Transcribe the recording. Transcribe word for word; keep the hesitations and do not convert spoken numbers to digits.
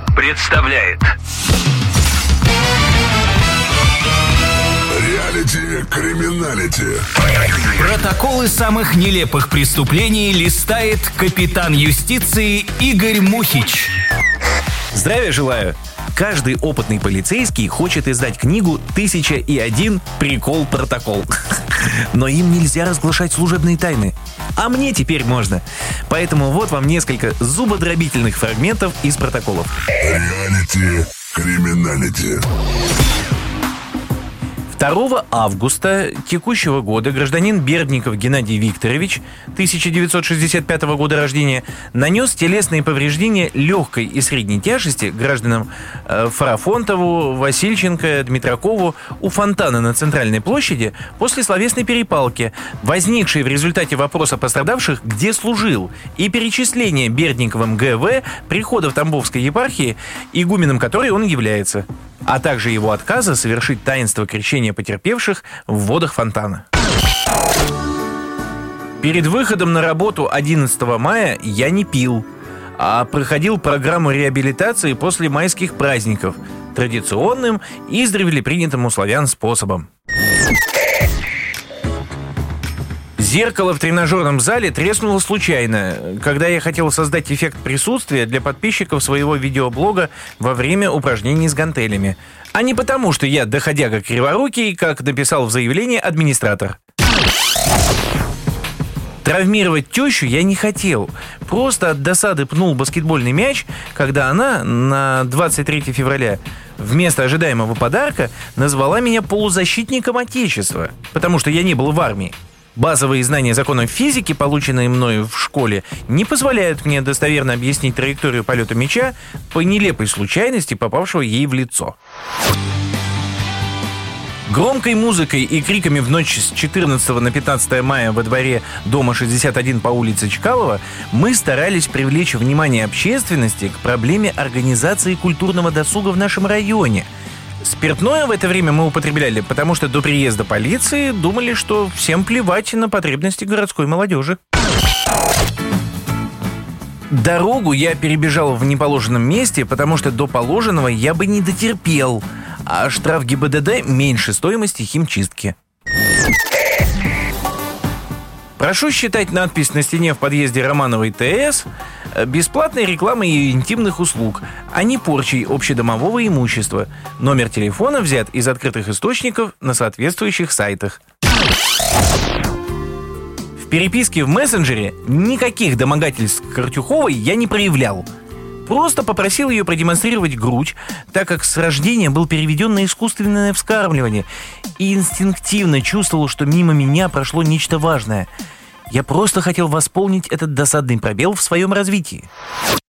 представляет Реалити-криминалити. Протоколы самых нелепых преступлений листает капитан юстиции Игорь Мухич. Здравия желаю! Каждый опытный полицейский хочет издать книгу «Тысяча и один прикол-протокол». Но им нельзя разглашать служебные тайны. А мне теперь можно. Поэтому вот вам несколько зубодробительных фрагментов из протоколов. Реалити-криминалити. второго августа текущего года гражданин Бердников Геннадий Викторович, тысяча девятьсот шестьдесят пятого года рождения, нанес телесные повреждения легкой и средней тяжести гражданам э, Фарафонтову, Васильченко, Дмитракову у фонтана на Центральной площади после словесной перепалки, возникшей в результате вопроса пострадавших, где служил, и перечисления Бердниковым Гэ Вэ прихода в Тамбовской епархии, игуменом которой он является, а также его отказа совершить таинство крещения потерпевших в водах фонтана. Перед выходом на работу одиннадцатого мая я не пил, а проходил программу реабилитации после майских праздников традиционным и издревле принятым у славян способом. Зеркало в тренажерном зале треснуло случайно, когда я хотел создать эффект присутствия для подписчиков своего видеоблога во время упражнений с гантелями. А не потому, что я доходяга криворукий, как написал в заявлении администратор. Травмировать тещу я не хотел. Просто от досады пнул баскетбольный мяч, когда она на двадцать третьего февраля вместо ожидаемого подарка назвала меня полузащитником Отечества, потому что я не был в армии. Базовые знания законов физики, полученные мною в школе, не позволяют мне достоверно объяснить траекторию полета мяча по нелепой случайности, попавшего ей в лицо. Громкой музыкой и криками в ночь с четырнадцатого на пятнадцатое мая во дворе дома шестьдесят один по улице Чкалова мы старались привлечь внимание общественности к проблеме организации культурного досуга в нашем районе. Спиртное в это время мы употребляли, потому что до приезда полиции думали, что всем плевать на потребности городской молодежи. Дорогу я перебежал в неположенном месте, потому что до положенного я бы не дотерпел, а штраф Гэ Бэ Дэ Дэ меньше стоимости химчистки. Прошу считать надпись на стене в подъезде Романовой Тэ Эс бесплатной рекламой ее интимных услуг, а не порчей общедомового имущества. Номер телефона взят из открытых источников на соответствующих сайтах. В переписке в мессенджере никаких домогательств к Артюховой я не проявлял. Просто попросил ее продемонстрировать грудь, так как с рождения был переведен на искусственное вскармливание и инстинктивно чувствовал, что мимо меня прошло нечто важное. Я просто хотел восполнить этот досадный пробел в своем развитии.